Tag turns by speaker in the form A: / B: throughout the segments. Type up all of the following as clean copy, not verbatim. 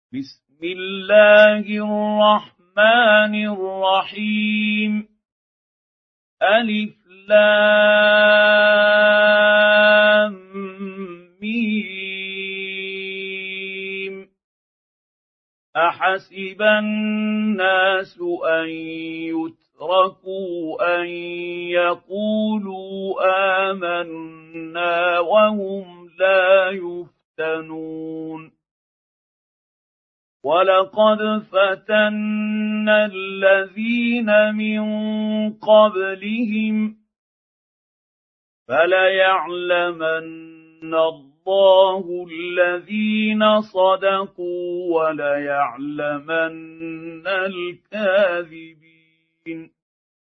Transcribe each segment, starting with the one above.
A: بسم الله الرحمن الرحيم ألف لام ميم أحسب الناس أن يتركوا أن يقولوا آمنا وهم لا يفتنون ولقد فتنا الذين من قبلهم فليعلمن الله الذين صدقوا وليعلمن الكاذبين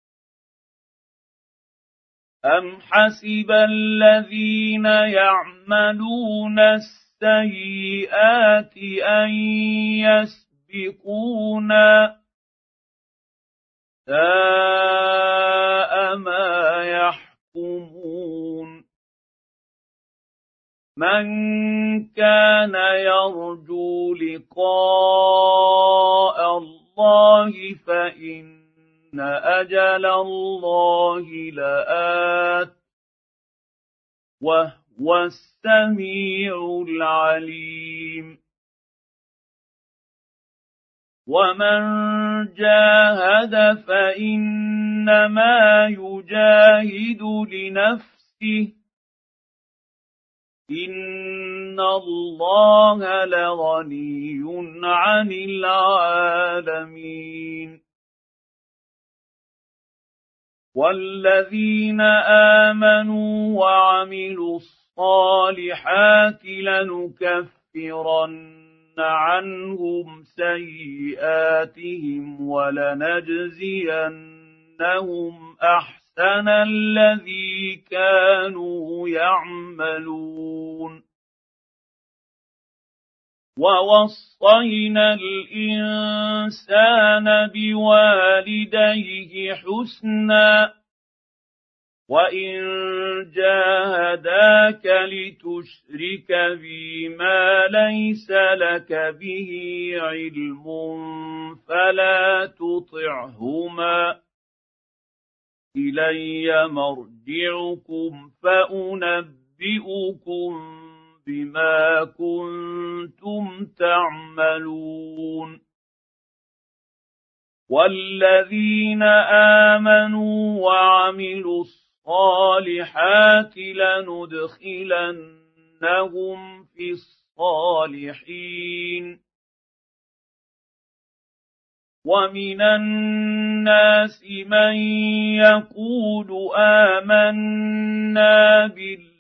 A: أم حسب الذين يعملون السيئات أن يسبقونا ساء ما يحكمون من كان يرجو لقاء الله فإن أجل الله لآت وهو السميع العليم ومن جاهد فإنما يجاهد لنفسه إن الله لغني عن العالمين والذين آمنوا وعملوا الصالحات لنكفرن عنهم سيئاتهم ولنجزينهم أحسن الذي كانوا يعملون ووصينا الإنسان بوالديه حسنا وإن جاهداك لتشرك بي ما ليس لك به علم فلا تطعهما إلي مرجعكم فأنبئكم بما كنتم تعملون والذين آمنوا وعملوا الصالحات لندخلنهم في الصالحين ومن الناس من يقول آمنا بالله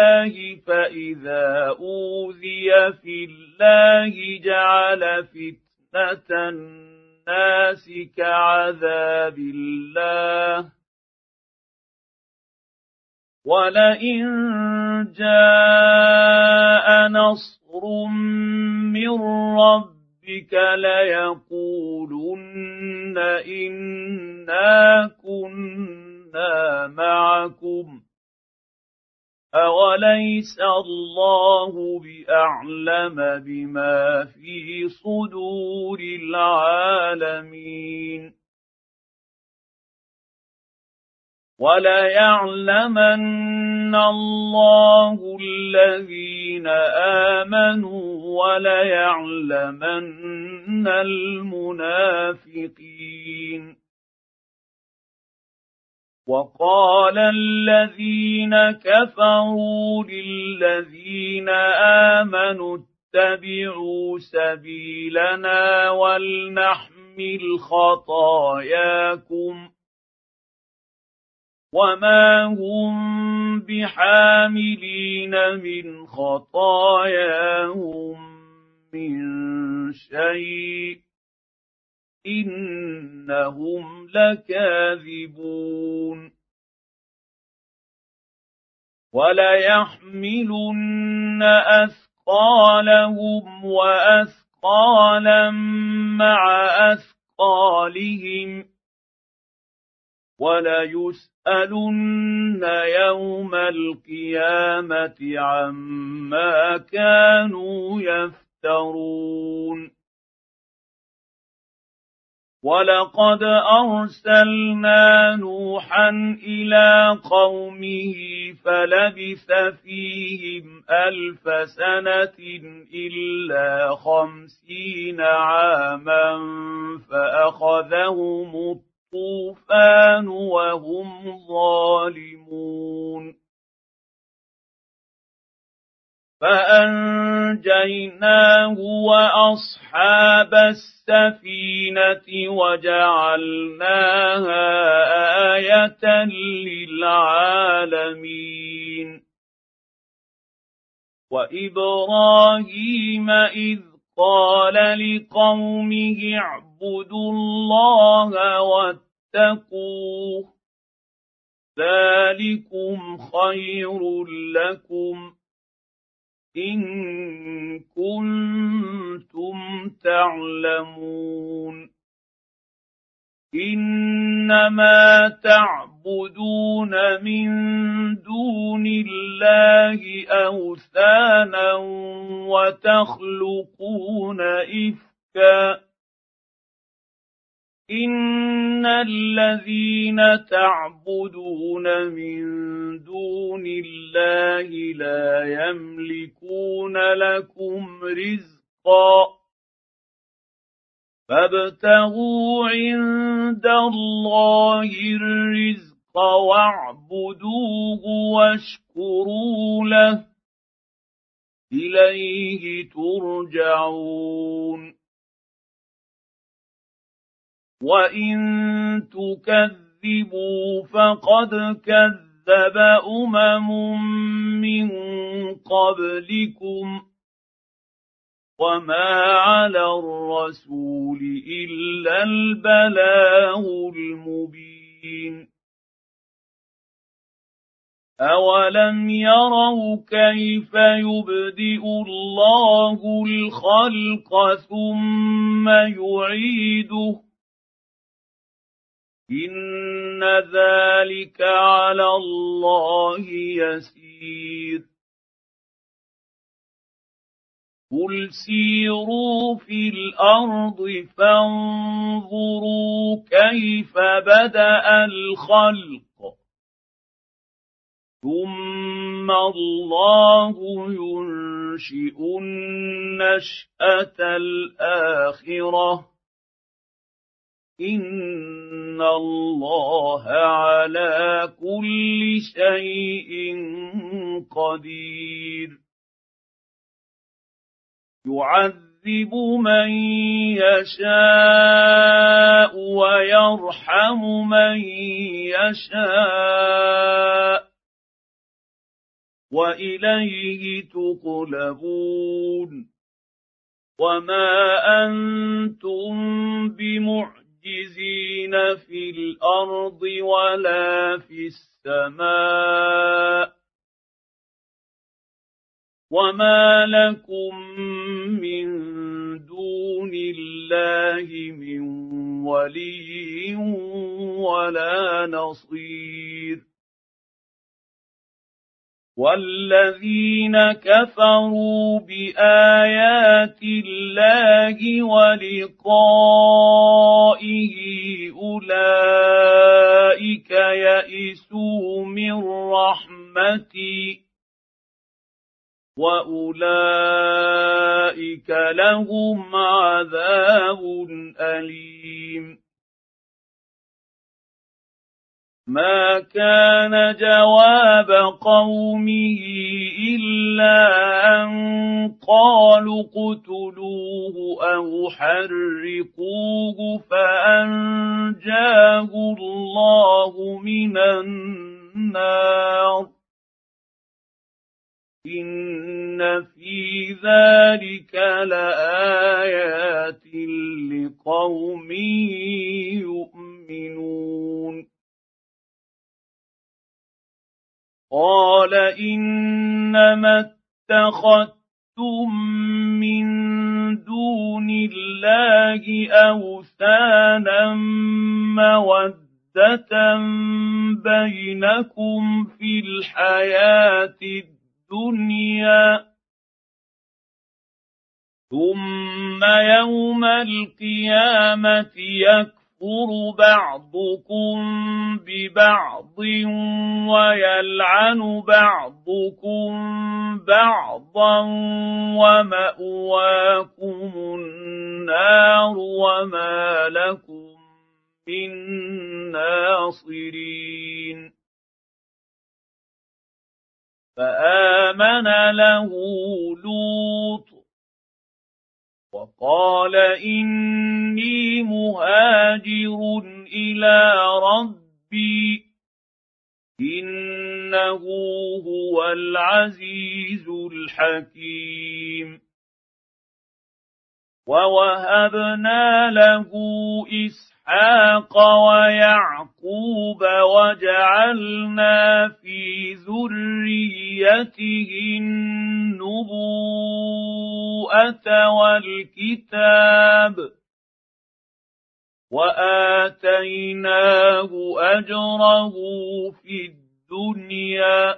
A: فإذا أوذي في الله جعل فتنة الناس كعذاب الله ولئن جاء نصر من ربك ليقولن إنا كنا معكم أوليس الله بأعلم بما في صدور العالمين وليعلمن الله الذين آمنوا وليعلمن المنافقين وقال الذين كفروا للذين آمنوا اتبعوا سبيلنا ولنحمل خطاياكم وما هم بحاملين من خطاياهم من شيء إنهم لكاذبون وليحملن أثقالهم وأثقالا مع أثقالهم وليسألن يوم القيامة عما كانوا يفترون ولقد أرسلنا نوحا إلى قومه فلبث فيهم 1000 سنة إلا 50 عاما فأخذهم الطوفان وهم ظالمون فأنجيناه وأصحاب السفينة وجعلناها آية للعالمين وإبراهيم إذ قال لقومه اعبدوا الله واتقوه ذلكم خير لكم إن كنتم تعلمون إنما تعبدون من دون الله أوثانا وتخلقون إفكا إن الذين تعبدون من دون الله لا يملكون لكم رزقا فابتغوا عند الله الرزق واعبدوه واشكروا له إليه ترجعون وإن تكذبوا فقد كذب من قبلكم وما على الرسول إلا البلاغ المبين أولم يروا كيف يبدئ الله الخلق ثم يعيده إن ذلك على الله يسير قل سيروا في الأرض فانظروا كيف بدأ الخلق ثم الله ينشئ النشأة الآخرة إن الله على كل شيء قدير يعذب من يشاء ويرحم من يشاء وإليه تقلبون وما أنتم بمعجزين في الأرض ولا في السماء وما لكم من دون الله من ولي ولا نصير والذين كفروا بآيات الله ولقائه أولئك يئسوا من رحمتي وأولئك لهم عذاب أليم ما كان جواب قومه إلا أن قالوا اقتلوه أو حرقوه فأنجاه الله من النار إن في ذلك لآيات لقوم يؤمنون قال إنما اتخذتم من دون الله أوثانا مودة بينكم في الحياة الدنيا ثم يوم القيامة يكفر يكفر بعضكم ببعض ويلعن بعضكم بعضا ومأواكم النار وما لكم من ناصرين. فآمن له لوط وقال إني مهاجر إلى ربي إنه هو العزيز الحكيم. ووهبنا له إسحاق ويعقوب وجعلنا في ذريته النبوءة والكتاب وآتيناه أجره في الدنيا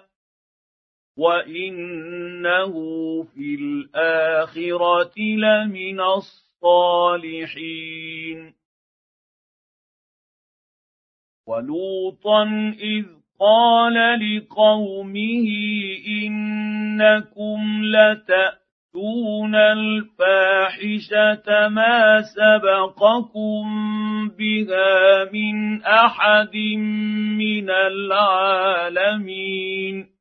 A: وإنه في الآخرة لمن الصالحين. ولوطا إذ قال لقومه إنكم لتأتون الفاحشة ما سبقكم بها من أحد من العالمين.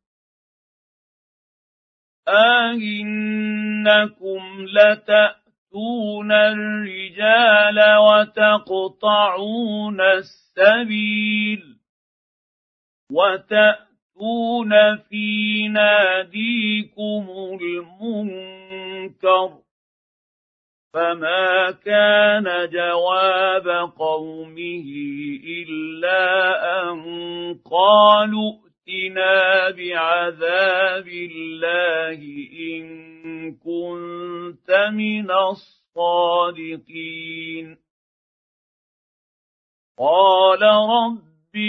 A: أئنكم لتأتون الرجال وتقطعون السبيل وتأتون في ناديكم المنكر. فما كان جواب قومه إلا أن قالوا ائتنا بعذاب الله إن كنت من الصادقين. قال رب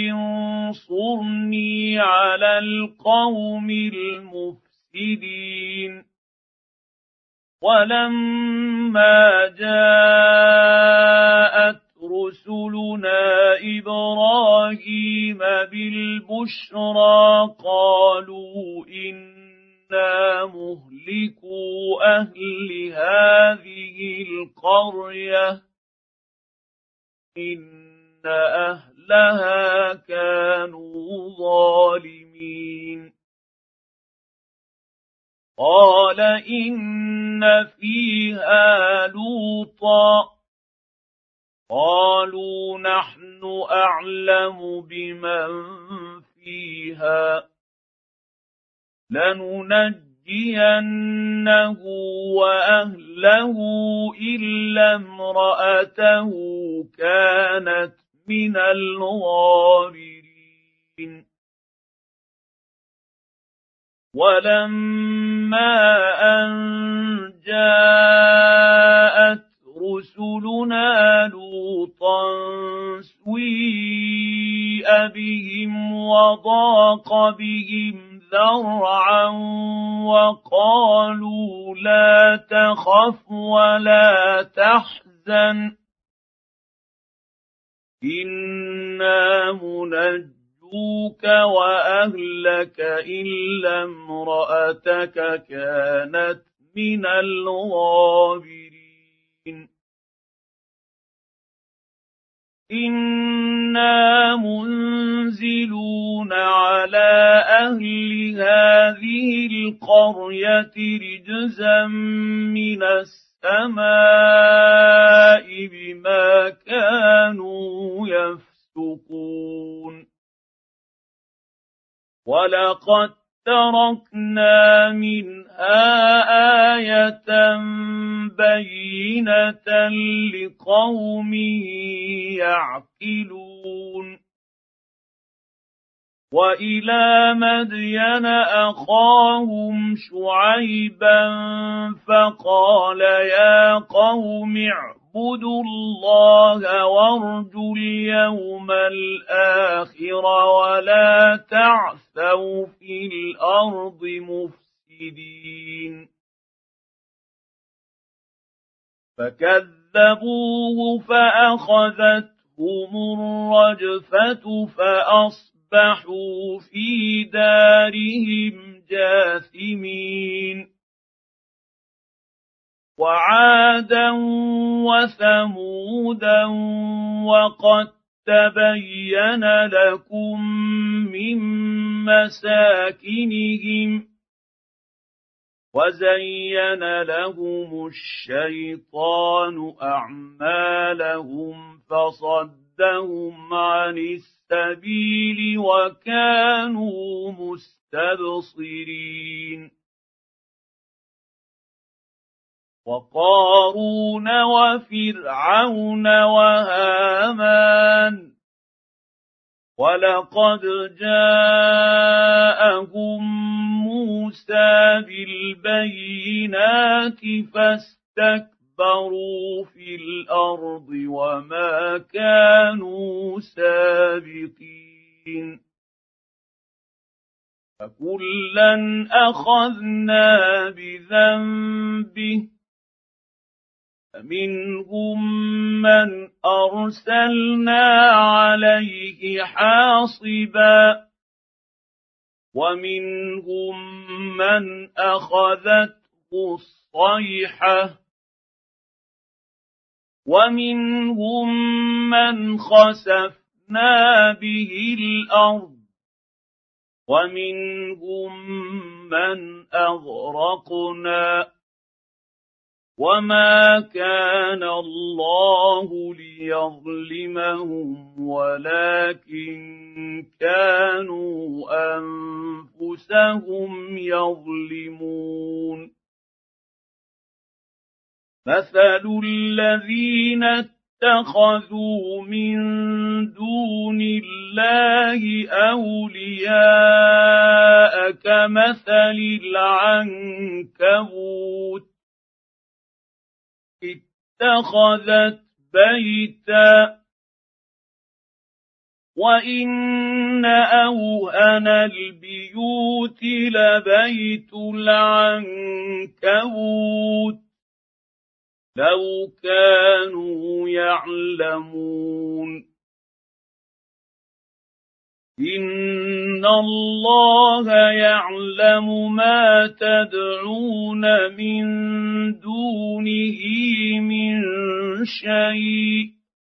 A: انصرني على القوم المفسدين. ولما جاءت رسلنا إبراهيم بالبشرى قالوا إنا مهلكو أهل هذه القرية إن أهلها كانوا ظالمين. قال إن فيها لوطا قالوا نحن أعلم بمن فيها لننجينه وأهله إلا امرأته كانت من الغابرين. ولما أن جاءت رسلنا لوطا سيء بهم وضاق بهم ذرعا وقالوا لا تخف ولا تحزن إنا منجوك وأهلك إلا امرأتك كانت من الغابرين. إنا منزلون على أهل هذه القرية رجزا من السماء بما كانوا يفسقون. ولقد تركنا منها آية بينة لقوم يعقلون. وإلى مدين أخاهم شعيبا فقال يا قوم اعبدوا الله وارجوا اليوم الآخر ولا تعثوا في الأرض مفسدين. فكذبوه فأخذتهم الرجفة فأصبحوا في دارهم جاثمين وعادا وثمودا وقد تبين لكم من مساكنهم وزين لهم الشيطان أعمالهم فصدهم عن السبيل وكانوا مستبصرين وقارون وفرعون وهامان ولقد جاءهم موسى بالبينات فاستكبروا في الأرض وما كانوا سابقين فكلا أخذنا بذنبه فمنهم من أرسلنا عليه حاصبا ومنهم من أخذته الصيحة ومنهم من خسفنا به الأرض ومنهم من أغرقنا وما كان الله ليظلمهم ولكن كانوا أنفسهم يظلمون مثل الذين اتخذوا من دون الله أولياء كمثل العنكبوت اتخذت بيتا وإن أوهن البيوت لبيت العنكبوت لو كانوا يعلمون إن الله يعلم ما تدعون من دونه من شيء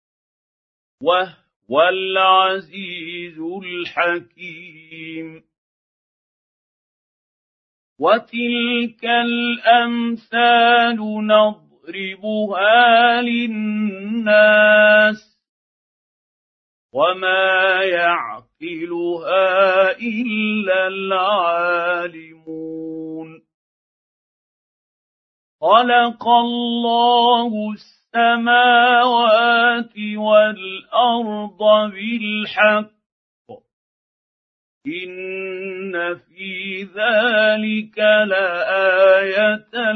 A: وهو العزيز الحكيم وتلك الأمثال نضربها للناس وما يعقلها إلا العالمون خلق الله السماوات والأرض بالحق إن في ذلك لآية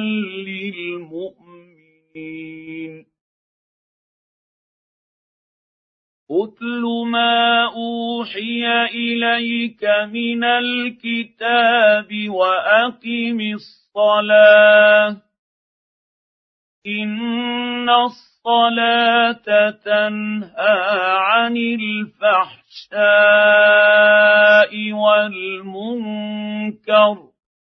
A: للمؤمنين أتل ما أوحي إليك من الكتاب وأقم الصلاة إن الصلاة تنهى عن الفحشاء والمنكر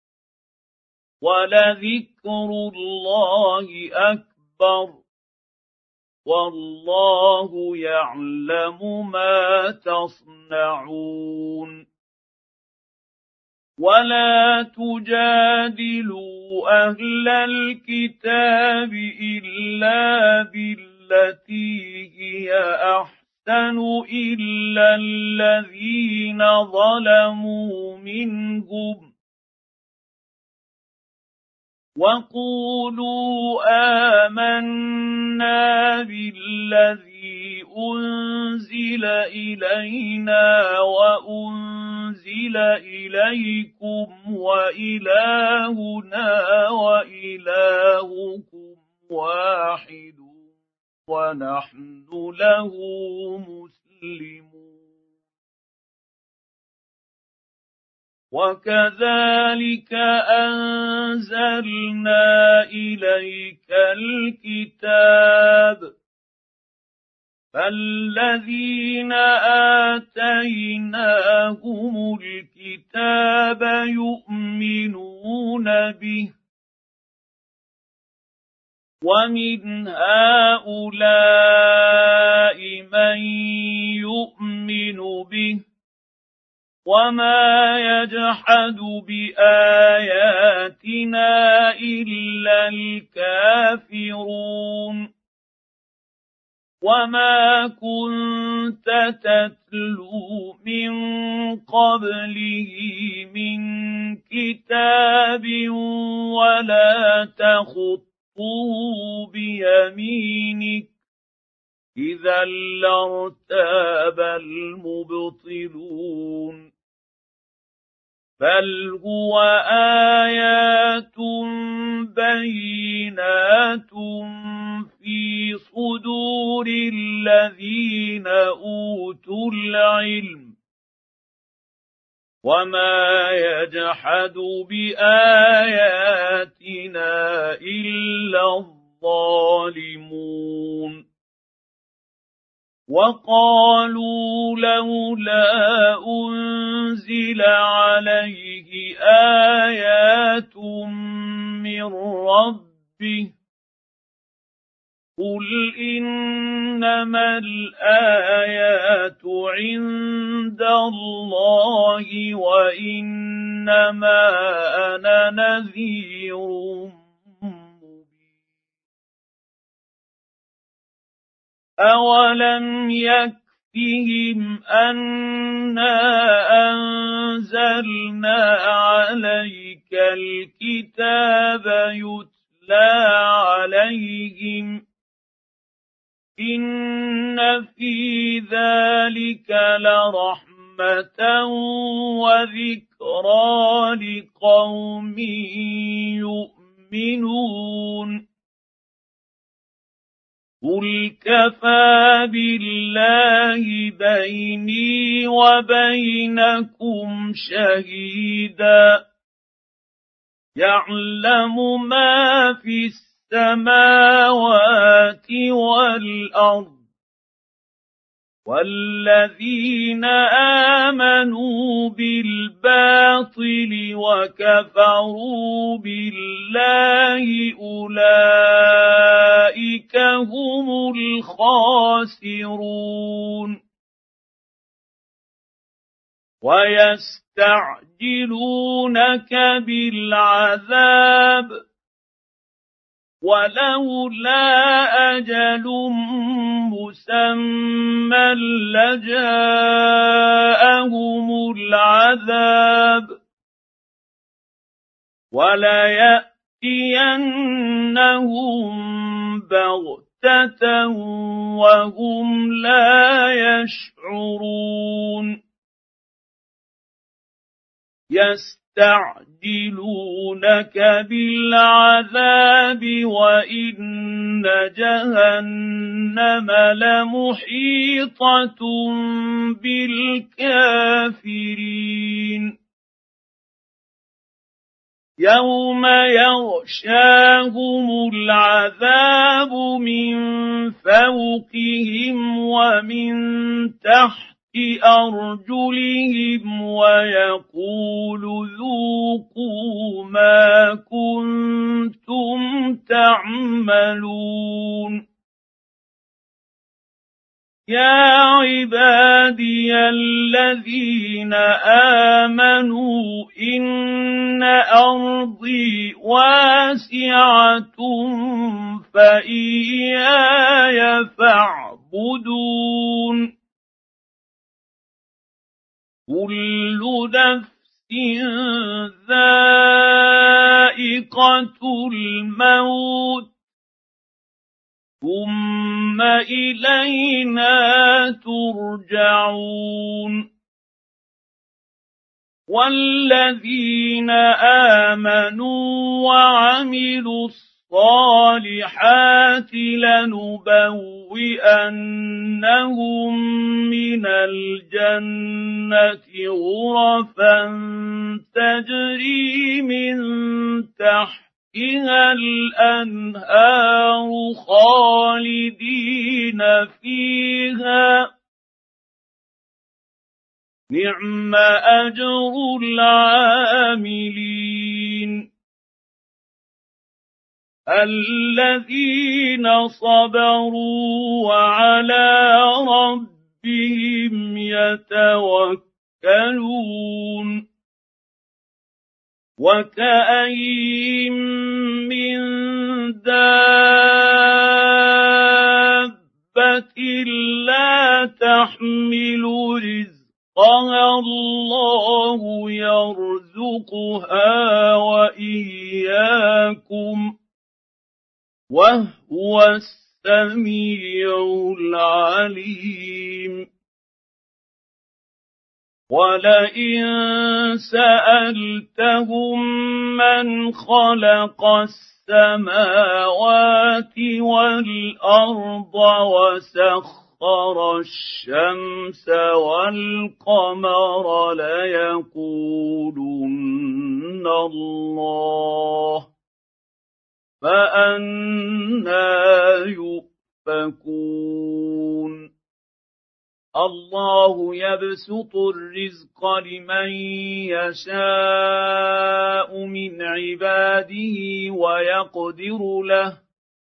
A: ولذكر الله أكبر والله يعلم ما تصنعون ولا تجادلوا أهل الكتاب إلا بالتي هي أحسن إلا الذين ظلموا منهم وقولوا آمنا بالذي أنزل إلينا وأنزل إليكم وإلهنا وإلهكم واحد ونحن له مسلمون وكذلك أنزلنا إليك الكتاب فالذين آتيناهم الكتاب يؤمنون به ومن هؤلاء من يؤمن به وما يجحد بآياتنا إلا الكافرون وما كنت تتلو من قبله من كتاب ولا تخطه بيمينك إذا لارتاب المبطلون بل هو آيات بينات في صدور الذين أوتوا العلم وما يجحد بآياتنا إلا الظالمون وقالوا لولا أنزل عليه آيات من ربه قل إنما الآيات عند الله وإنما أنا نذير أولم يكفهم أنا أنزلنا عليك الكتاب يتلى عليهم إن في ذلك لرحمة وذكرى لقوم يؤمنون قل كفى بالله بيني وبينكم شهيدا يعلم ما في السماوات والأرض والذين آمنوا بالباطل وكفروا بالله أولئك هم الخاسرون ويستعجلونك بالعذاب ولولا أجل مسمى لجاءهم العذاب وليأتينهم بغتة وهم لا يشعرون يستعجلونك بالعذاب وإن جهنم لمحيطة بالكافرين يوم يغشاهم العذاب من فوقهم ومن تحت أرجلهم ويقول ذوقوا ما كنتم تعملون يا عبادي الذين آمنوا إن أرضي واسعة فإياي فاعبدون كل نفس ذائقة الموت ثم إلينا ترجعون والذين آمنوا وعملوا الصالحات لنبوئنهم من الجنة غرفا تجري من تحتها الأنهار خالدين خالدين فيها نعم أجر العاملين الذين صبروا وعلى ربهم يتوكلون وكأين من دابة لا تحمل رزقها الله يرزقها وإياكم وهو السميع العليم ولئن سألتهم من خلق السماوات والأرض وسخر الشمس والقمر ليقولن الله فأنى يؤفكون الله يبسط الرزق لمن يشاء من عباده ويقدر له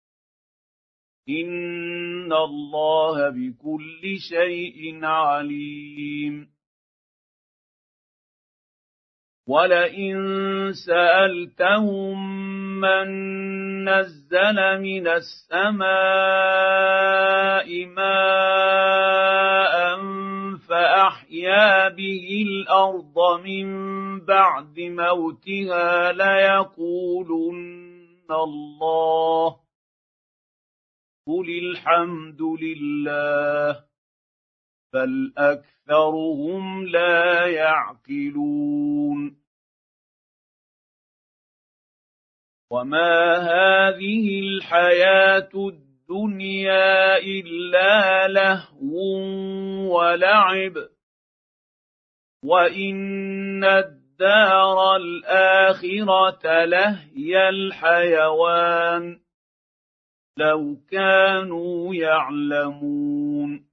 A: إن الله بكل شيء عليم ولئن سألتهم من نزل من السماء ماء فأحيا به الأرض من بعد موتها ليقولن الله قل الحمد لله بل أكثرهم لا يعقلون وما هذه الحياة الدنيا إلا لهو ولعب وإن الدار الآخرة لهي الحيوان لو كانوا يعلمون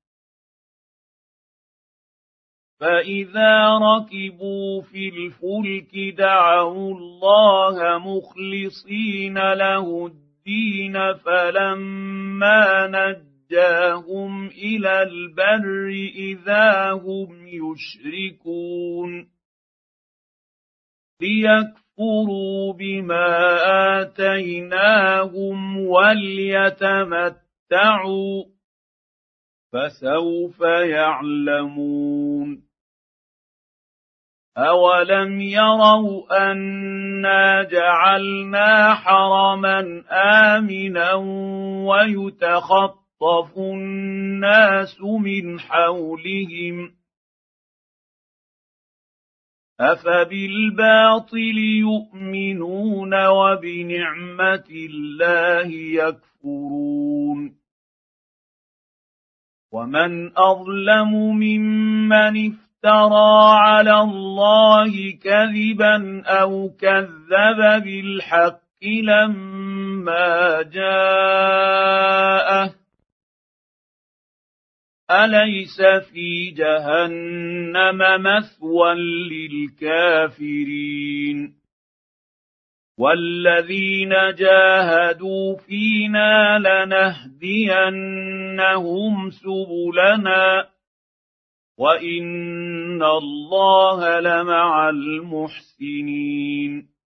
A: فإذا ركبوا في الفلك دعوا الله مخلصين له الدين فلما نجاهم إلى البر إذا هم يشركون ليكفروا بما آتيناهم وليتمتعوا فسوف يعلمون أولم يروا أنا جعلنا حرما آمنا ويتخطف الناس من حولهم أفبالباطل يؤمنون وبنعمة الله يكفرون ومن أظلم ممن افترى على الله كذبا أو كذب بالحق لما جاءه أليس في جهنم مثوى للكافرين والذين جاهدوا فينا لنهدينهم سبلنا وإن الله لمع المحسنين